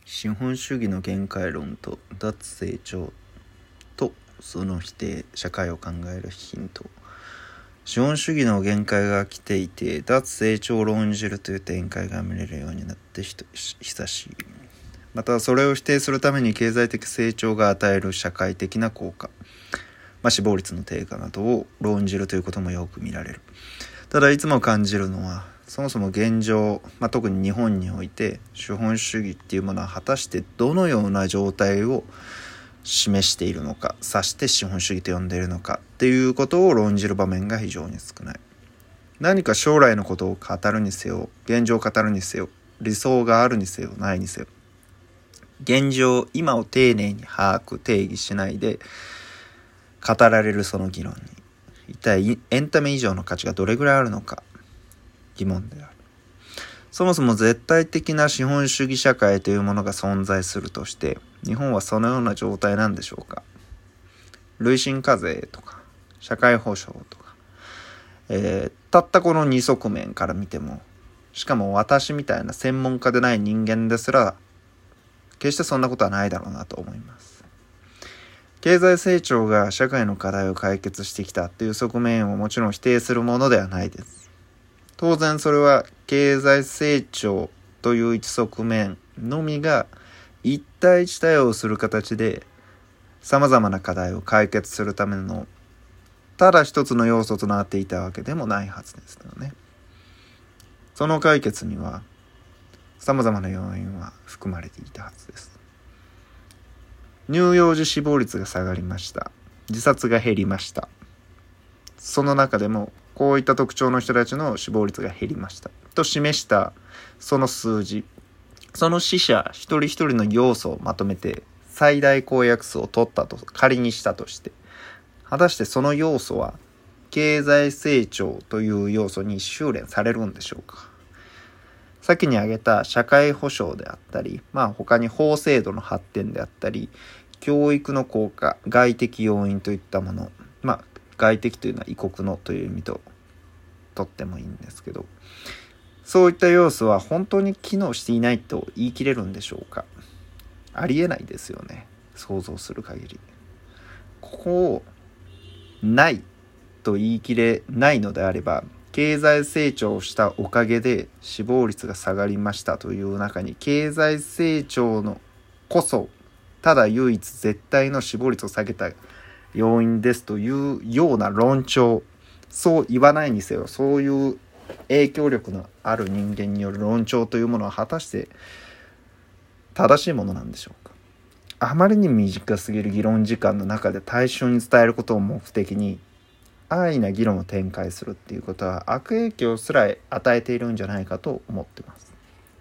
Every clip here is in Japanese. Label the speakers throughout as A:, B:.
A: 資本主義の限界論と脱成長とその否定、社会を考えるヒント。資本主義の限界が来ていて、脱成長を論じるという展開が見れるようになって久しい。またそれを否定するために経済的成長が与える社会的な効果、死亡率の低下などを論じるということもよく見られる。ただいつも感じるのは、そもそも現状、特に日本において資本主義っていうものは果たしてどのような状態を示しているのか、指して資本主義と呼んでいるのかっていうことを論じる場面が非常に少ない。何か将来のことを語るにせよ、現状を語るにせよ、理想があるにせよないにせよ、現状今を丁寧に把握定義しないで語られるその議論に一体エンタメ以上の価値がどれぐらいあるのか疑問である。そもそも絶対的な資本主義社会というものが存在するとして日本はそのような状態なんでしょうか。累進課税とか社会保障とか、たったこの二側面から見ても、しかも私みたいな専門家でない人間ですら決してそんなことはないだろうなと思います。経済成長が社会の課題を解決してきたという側面をもちろん否定するものではないです。当然それは経済成長という一側面のみが一対一対応する形で様々な課題を解決するためのただ一つの要素となっていたわけでもないはずですよね。その解決には様々な要因は含まれていたはずです。乳幼児死亡率が下がりました。自殺が減りました。その中でもこういった特徴の人たちの死亡率が減りましたと示したその数字、その死者一人一人の要素をまとめて最大公約数を取ったと仮にしたとして、果たしてその要素は経済成長という要素に修練されるんでしょうか。先に挙げた社会保障であったり、他に法制度の発展であったり、教育の効果、外的要因といったもの、外的というのは異国のという意味ととってもいいんですけど、そういった要素は本当に機能していないと言い切れるんでしょうか。ありえないですよね、想像する限り。ここをないと言い切れないのであれば、経済成長したおかげで死亡率が下がりましたという中に、経済成長のこそただ唯一絶対の死亡率を下げた要因ですというような論調、そう言わないにせよ、そういう影響力のある人間による論調というものは果たして正しいものなんでしょうか。あまりに短すぎる議論時間の中で大衆に伝えることを目的に安易な議論を展開するっていうことは悪影響すら与えているんじゃないかと思ってます。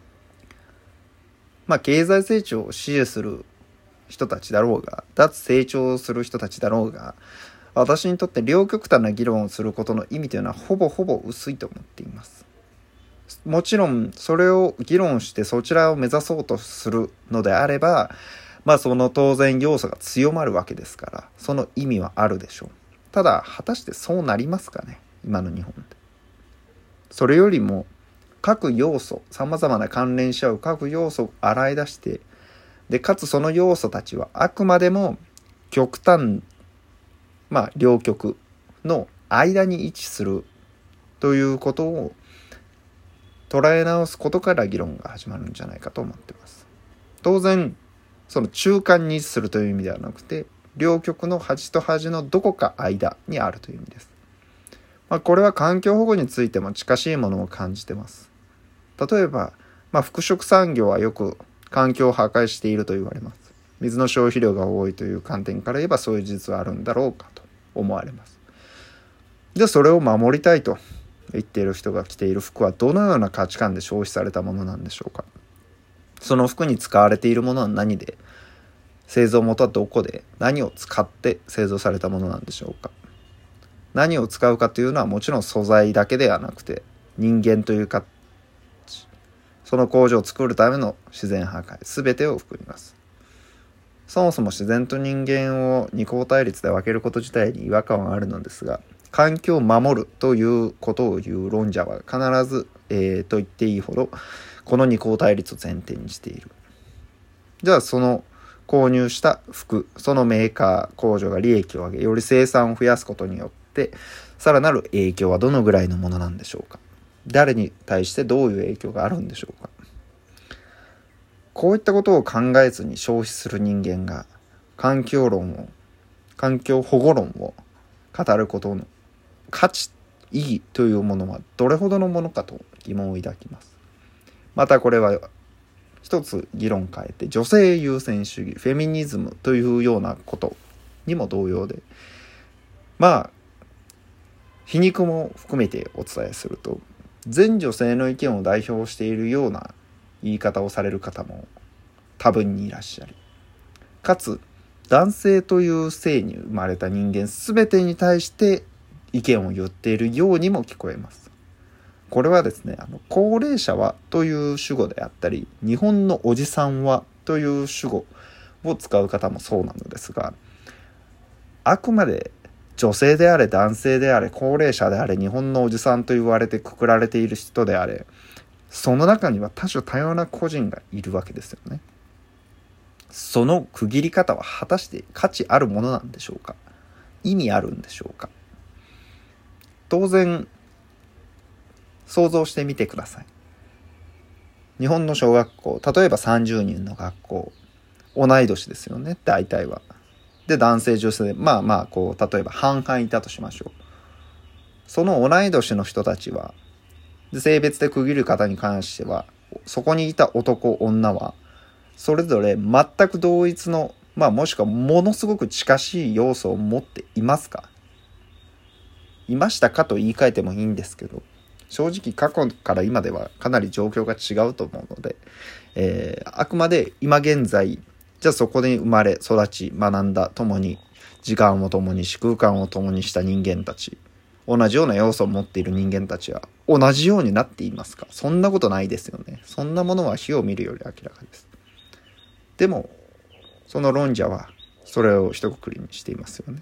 A: 経済成長を支持する人たちだろうが、脱成長する人たちだろうが、私にとって両極端な議論をすることの意味というのはほぼ薄いと思っています。もちろんそれを議論してそちらを目指そうとするのであれば、その当然要素が強まるわけですから、その意味はあるでしょう。ただ果たしてそうなりますかね、今の日本で。それよりも各要素、様々な関連し合う各要素を洗い出して、でかつその要素たちはあくまでも極端、両極の間に位置するということを捉え直すことから議論が始まるんじゃないかと思っています。当然その中間に位置するという意味ではなくて、両極の端と端のどこか間にあるという意味です。これは環境保護についても近しいものを感じてます。例えば、服飾産業はよく環境を破壊していると言われます。水の消費量が多いという観点から言えばそういう事実はあるんだろうかと思われます。じゃあそれを守りたいと言っている人が着ている服はどのような価値観で消費されたものなんでしょうか。その服に使われているものは何で、製造元はどこで、何を使って製造されたものなんでしょうか。何を使うかというのはもちろん素材だけではなくて、人間というかその工場を作るための自然破壊、すべてを含みます。そもそも自然と人間を二項対立で分けること自体に違和感はあるのですが、環境を守るということを言う論者は必ず、と言っていいほどこの二項対立を前提にしている。 じゃあその購入した服、そのメーカー工場が利益を上げ、より生産を増やすことによってさらなる影響はどのぐらいのものなんでしょうか。誰に対してどういう影響があるんでしょうか。こういったことを考えずに消費する人間が環境保護論を語ることの価値、意義というものはどれほどのものかと疑問を抱きます。またこれは一つ議論変えて、女性優先主義、フェミニズムというようなことにも同様で、皮肉も含めてお伝えすると、全女性の意見を代表しているような言い方をされる方も多分にいらっしゃり、かつ男性という性に生まれた人間全てに対して意見を言っているようにも聞こえます。これはですね、高齢者はという主語であったり、日本のおじさんはという主語を使う方もそうなのですが、あくまで女性であれ男性であれ高齢者であれ日本のおじさんと言われてくくられている人であれ、その中には多種多様な個人がいるわけですよね。その区切り方は果たして価値あるものなんでしょうか。意味あるんでしょうか。当然想像してみてください。日本の小学校、例えば30人の学校、同い年ですよね、大体は。で、男性女性で例えば半々いたとしましょう。その同い年の人たちは、性別で区切る方に関しては、そこにいた男女はそれぞれ全く同一の、もしくはものすごく近しい要素を持っていますか。いましたかと言い換えてもいいんですけど、正直過去から今ではかなり状況が違うと思うので、あくまで今現在、じゃあそこで生まれ育ち学んだ、共に時間を共にし空間を共にした人間たち、同じような要素を持っている人間たちは同じようになっていますか。そんなことないですよね。そんなものは火を見るより明らかです。でもその論者はそれを一括りにしていますよね。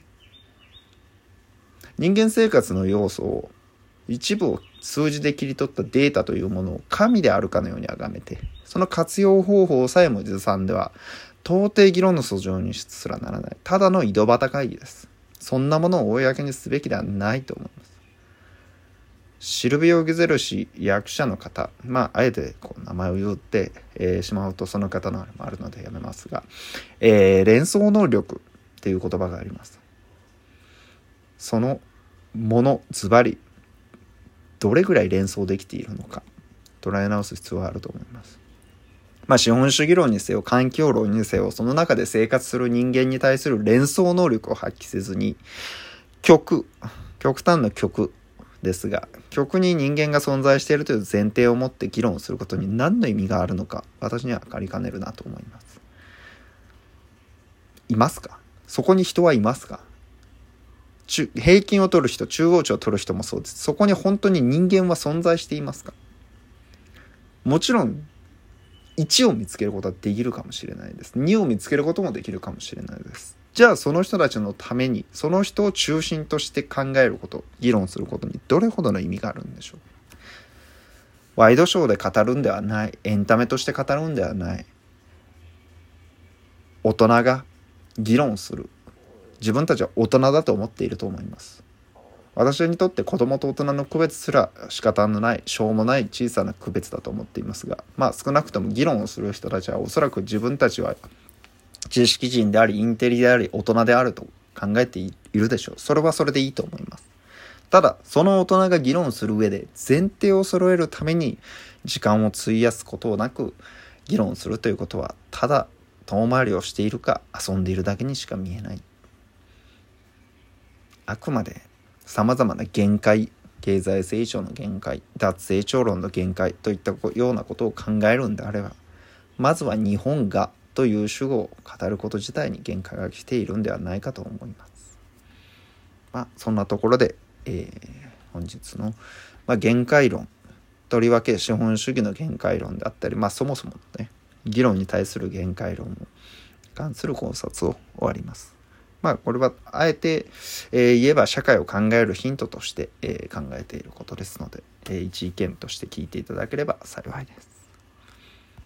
A: 人間生活の要素を一部を数字で切り取ったデータというものを神であるかのように崇めて、その活用方法さえもずさんでは到底議論の訴状にすらならない、ただの井戸端会議です。そんなものを公にすべきではないと思います。シルビオ・ギゼル氏、役者の方、あえて名前を言ってしまうとその方のあれもあるのでやめますが、連想能力っていう言葉があります。そのものズバリどれぐらい連想できているのか捉え直す必要があると思います。資本主義論にせよ環境論にせよ、その中で生活する人間に対する連想能力を発揮せずに、極端な極ですが、極に人間が存在しているという前提を持って議論することに何の意味があるのか、私には分かりかねるなと思います。いますか？そこに人はいますか？平均を取る人、中央値を取る人もそうです。そこに本当に人間は存在していますか？もちろん1を見つけることはできるかもしれないです。2を見つけることもできるかもしれないです。じゃあその人たちのために、その人を中心として考えること、議論することにどれほどの意味があるんでしょう。ワイドショーで語るんではない、エンタメとして語るんではない、大人が議論する。自分たちは大人だと思っていると思います。私にとって子供と大人の区別すら仕方のない、しょうもない小さな区別だと思っていますが、少なくとも議論をする人たちはおそらく自分たちは知識人でありインテリであり大人であると考えているでしょう。それはそれでいいと思います。ただその大人が議論する上で前提を揃えるために時間を費やすことなく議論するということは、ただ遠回りをしているか遊んでいるだけにしか見えない。あくまで様々な限界、経済成長の限界、脱成長論の限界といったようなことを考えるんであれば、まずは日本がという主語を語ること自体に限界が来ているんではないかと思います。そんなところで、本日の、限界論、とりわけ資本主義の限界論であったり、そもそもね、議論に対する限界論に関する考察を終わります。これはあえて、言えば社会を考えるヒントとして、考えていることですので、一意見として聞いていただければ幸いです。